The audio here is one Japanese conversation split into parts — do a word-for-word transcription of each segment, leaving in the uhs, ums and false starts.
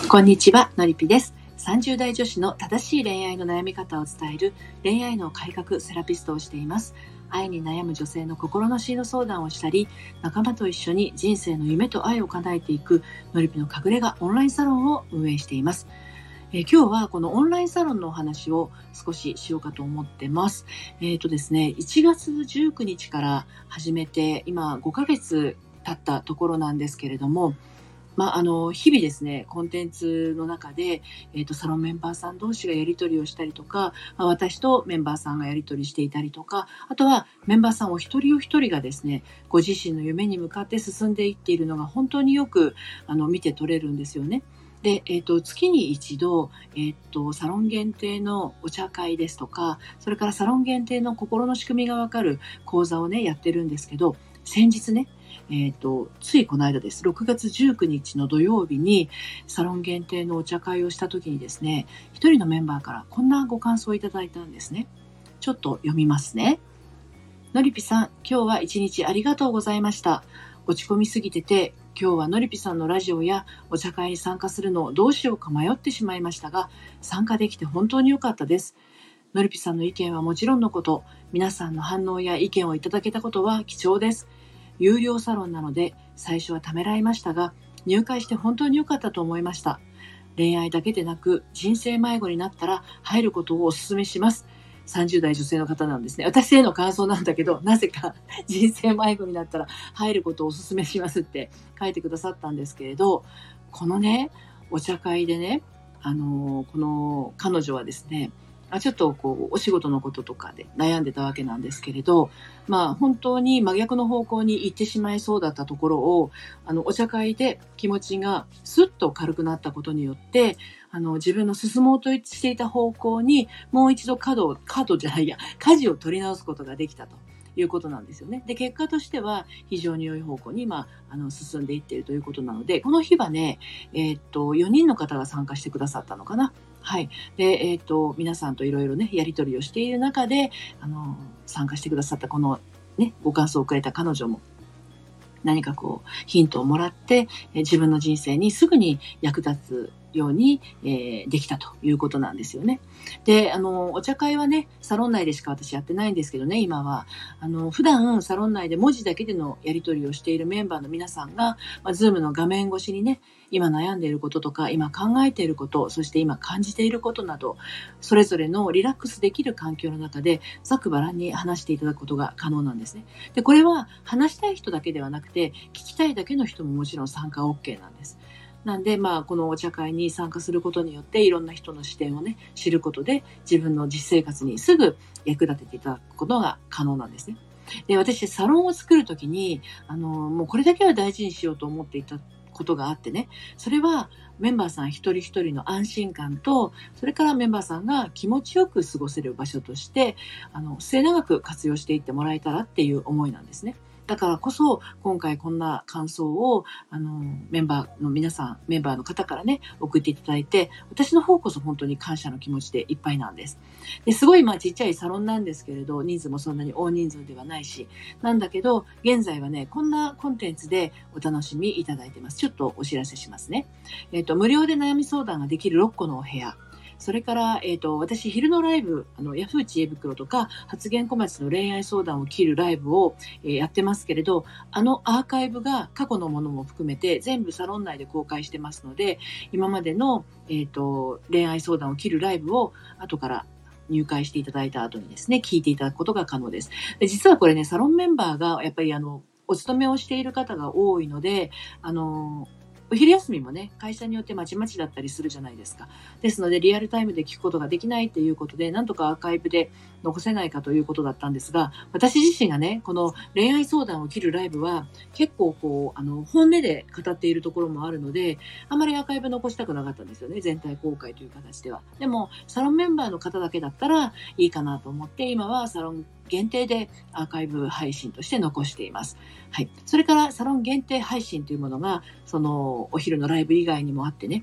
こんにちは、のりぴです。さんじゅう代女子の正しい恋愛の悩み方を伝える恋愛の改革セラピストをしています。愛に悩む女性の心の進路相談をしたり、仲間と一緒に人生の夢と愛を叶えていくのりぴの隠れ家オンラインサロンを運営しています。えー、今日はこのオンラインサロンのお話を少ししようかと思ってます。えーとですね、いちがつじゅうくにちから始めて今ごかげつ経ったところなんですけれども、まあ、あの日々ですね、コンテンツの中で、えーと、サロンメンバーさん同士がやり取りをしたりとか、まあ、私とメンバーさんがやり取りしていたりとか、あとはメンバーさんお一人お一人がですね、ご自身の夢に向かって進んでいっているのが本当によくあの見て取れるんですよね。で、えーと、月に一度、えーと、サロン限定のお茶会ですとか、それからサロン限定の心の仕組みがわかる講座をね、やってるんですけど、先日ね、えーと、ついこの間です。ろくがつじゅうくにちの土曜日にサロン限定のお茶会をした時にですね、一人のメンバーからこんなご感想をいただいたんですね。ちょっと読みますね。のりぴさん、今日は一日ありがとうございました。落ち込みすぎてて、今日はのりぴさんのラジオやお茶会に参加するのをどうしようか迷ってしまいましたが、参加できて本当に良かったです。のりぴさんの意見はもちろんのこと、皆さんの反応や意見をいただけたことは貴重です。有料サロンなので最初はためらいましたが、入会して本当に良かったと思いました。恋愛だけでなく人生迷子になったら入ることをお勧めします。さんじゅう代女性の方なんですね。私への感想なんだけど、なぜか人生迷子になったら入ることをお勧めしますって書いてくださったんですけれど、このね、お茶会でね、あのこの彼女はですね、ちょっとこうお仕事のこととかで悩んでたわけなんですけれど、まあ本当に真逆の方向に行ってしまいそうだったところを、あのお茶会で気持ちがスッと軽くなったことによって、あの自分の進もうとしていた方向にもう一度角を角じゃないや舵を取り直すことができたということなんですよね。で、結果としては非常に良い方向に、まあ、あの進んでいっているということなので、この日はね、えー、っとよにんの方が参加してくださったのかな。はい。で、えー、っと皆さんといろいろねやり取りをしている中で、あの参加してくださったこのねご感想をくれた彼女も何かこうヒントをもらって、え自分の人生にすぐに役立つように、えー、できたということなんですよね。で、あのお茶会はねサロン内でしか私やってないんですけどね、今はあの普段サロン内で文字だけでのやり取りをしているメンバーの皆さんが、まあ、Zoom の画面越しにね、今悩んでいることとか今考えていること、そして今感じていることなど、それぞれのリラックスできる環境の中でざくばらんに話していただくことが可能なんですね。で、これは話したい人だけではなくて聞きたいだけの人ももちろん参加 OK なんです。なんで、まあ、このお茶会に参加することによっていろんな人の視点をね知ることで自分の実生活にすぐ役立てていただくことが可能なんですね。で、私サロンを作るときにあのもうこれだけは大事にしようと思っていたことがあってね、それはメンバーさん一人一人の安心感と、それからメンバーさんが気持ちよく過ごせる場所としてあの末永く活用していってもらえたらっていう思いなんですね。だからこそ今回こんな感想をあのメンバーの皆さんメンバーの方からね送っていただいて、私の方こそ本当に感謝の気持ちでいっぱいなんです。ですごいまあちっちゃいサロンなんですけれど、人数もそんなに大人数ではないしなんだけど、現在はねこんなコンテンツでお楽しみいただいてます。ちょっとお知らせしますね。えっと無料で悩み相談ができるろっこのお部屋、それから、えーと、私、昼のライブ、あの、ヤフー知恵袋とか、発言小町の恋愛相談を切るライブを、えーやってますけれど、あのアーカイブが過去のものも含めて全部サロン内で公開してますので、今までの、えーと、恋愛相談を切るライブを後から入会していただいた後にですね、聞いていただくことが可能です。で、実はこれね、サロンメンバーがやっぱりあの、お勤めをしている方が多いので、あの、お昼休みもね、会社によってまちまちだったりするじゃないですか。ですので、リアルタイムで聞くことができないということで、なんとかアーカイブで残せないかということだったんですが、私自身がね、この恋愛相談を切るライブは、結構こう、あの、本音で語っているところもあるので、あまりアーカイブ残したくなかったんですよね。全体公開という形では。でも、サロンメンバーの方だけだったらいいかなと思って、今はサロン限定でアーカイブ配信として残しています。はい。それからサロン限定配信というものが、そのお昼のライブ以外にもあってね、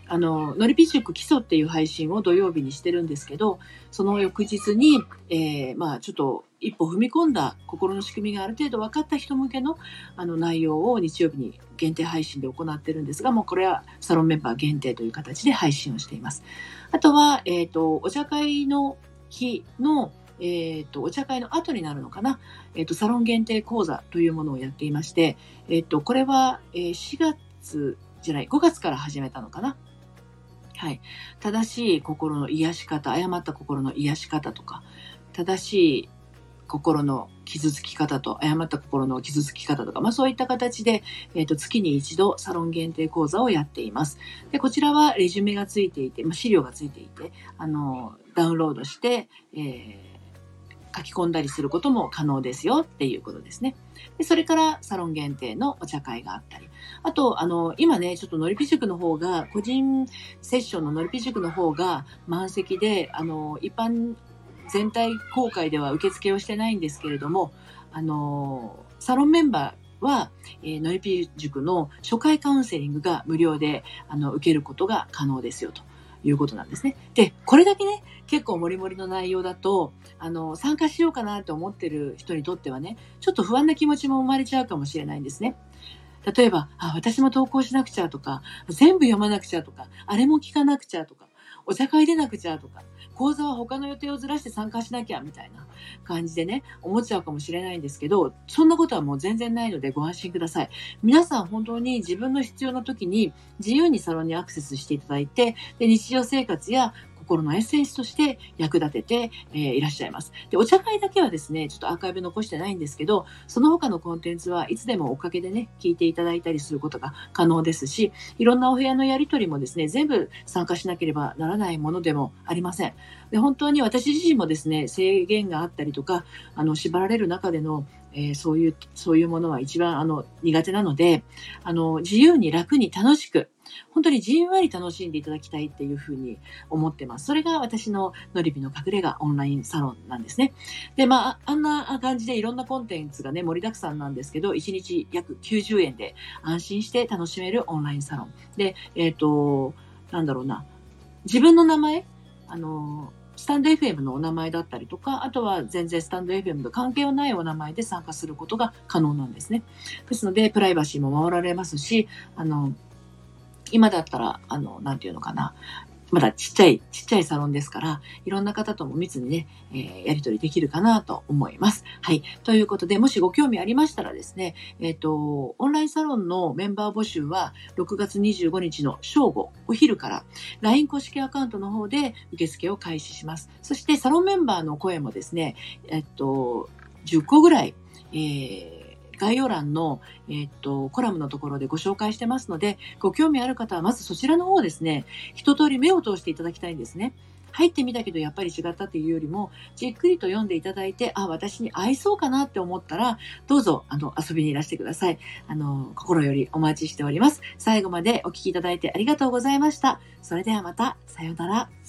あの、のりぴ塾基礎っていう配信を土曜日にしてるんですけど、その翌日に、えー、まあちょっと一歩踏み込んだ心の仕組みがある程度分かった人向けのあの内容を日曜日に限定配信で行ってるんですが、もうこれはサロンメンバー限定という形で配信をしています。あとは、えっと、お茶会の日の、えっと、お茶会の後になるのかな、えっと、サロン限定講座というものをやっていまして、えっと、これは、えー、しがつじゃない、ごがつから始めたのかな。はい。正しい心の癒し方、誤った心の癒し方とか、正しい心の傷つき方と誤った心の傷つき方とか、まあそういった形で、えっと、月に一度サロン限定講座をやっています。で、こちらはレジュメがついていて、まあ、資料がついていて、あの、ダウンロードして、えー書き込んだりすることも可能ですよっていうことですね。で、それからサロン限定のお茶会があったり。あと、あの、今ね、ちょっとのりぴ塾の方が、個人セッションののりぴ塾の方が満席で、あの、一般全体公開では受付をしてないんですけれども、あの、サロンメンバーは、えー、のりぴ塾の初回カウンセリングが無料で、あの、受けることが可能ですよと。いうことなんですね。で、これだけね、結構モリモリの内容だと、あの、参加しようかなと思ってる人にとってはね、ちょっと不安な気持ちも生まれちゃうかもしれないんですね。例えば、あ、私も投稿しなくちゃとか、全部読まなくちゃとか、あれも聞かなくちゃとか、お茶会出なくちゃとか、講座は他の予定をずらして参加しなきゃみたいな感じでね、思っちゃうかもしれないんですけど、そんなことはもう全然ないのでご安心ください。皆さん本当に自分の必要な時に自由にサロンにアクセスしていただいて、で日常生活や心のエッセンスとして役立てて、えー、いらっしゃいます。で、お茶会だけはですね、ちょっとアーカイブ残してないんですけど、その他のコンテンツはいつでもおかげでね、聞いていただいたりすることが可能ですし、いろんなお部屋のやり取りもですね、全部参加しなければならないものでもありません。で、本当に私自身もですね、制限があったりとか、あの、縛られる中でのえー、そういう、そういうものは一番あの苦手なので、あの、自由に楽に楽しく、本当にじんわり楽しんでいただきたいっていうふうに思ってます。それが私ののりぴの隠れ家オンラインサロンなんですね。で、まあ、あんな感じでいろんなコンテンツがね、盛りだくさんなんですけど、いちにち約きゅうじゅうえんで安心して楽しめるオンラインサロン。で、えっと、なんだろうな、自分の名前、あの、スタンド エフエム のお名前だったりとか、あとは全然スタンド エフエム と関係のないお名前で参加することが可能なんですね。ですので、プライバシーも守られますし、あの、今だったら、あの、なんていうのかな、まだちっちゃい、ちっちゃいサロンですから、いろんな方とも密にね、えー、やり取りできるかなと思います。はい。ということで、もしご興味ありましたらですね、えっと、オンラインサロンのメンバー募集は、ろくがつにじゅうごにちの正午、お昼から、ライン 公式アカウントの方で受付を開始します。そして、サロンメンバーの声もですね、えっと、じゅっこぐらい、えー概要欄の、えー、っとコラムのところでご紹介してますので、ご興味ある方はまずそちらの方をですね、一通り目を通していただきたいんですね。入ってみたけどやっぱり違ったっていうよりも、じっくりと読んでいただいて、あ、私に合いそうかなって思ったら、どうぞあの遊びにいらしてください。あの心よりお待ちしております。最後までお聞きいただいてありがとうございました。それではまた、さようなら。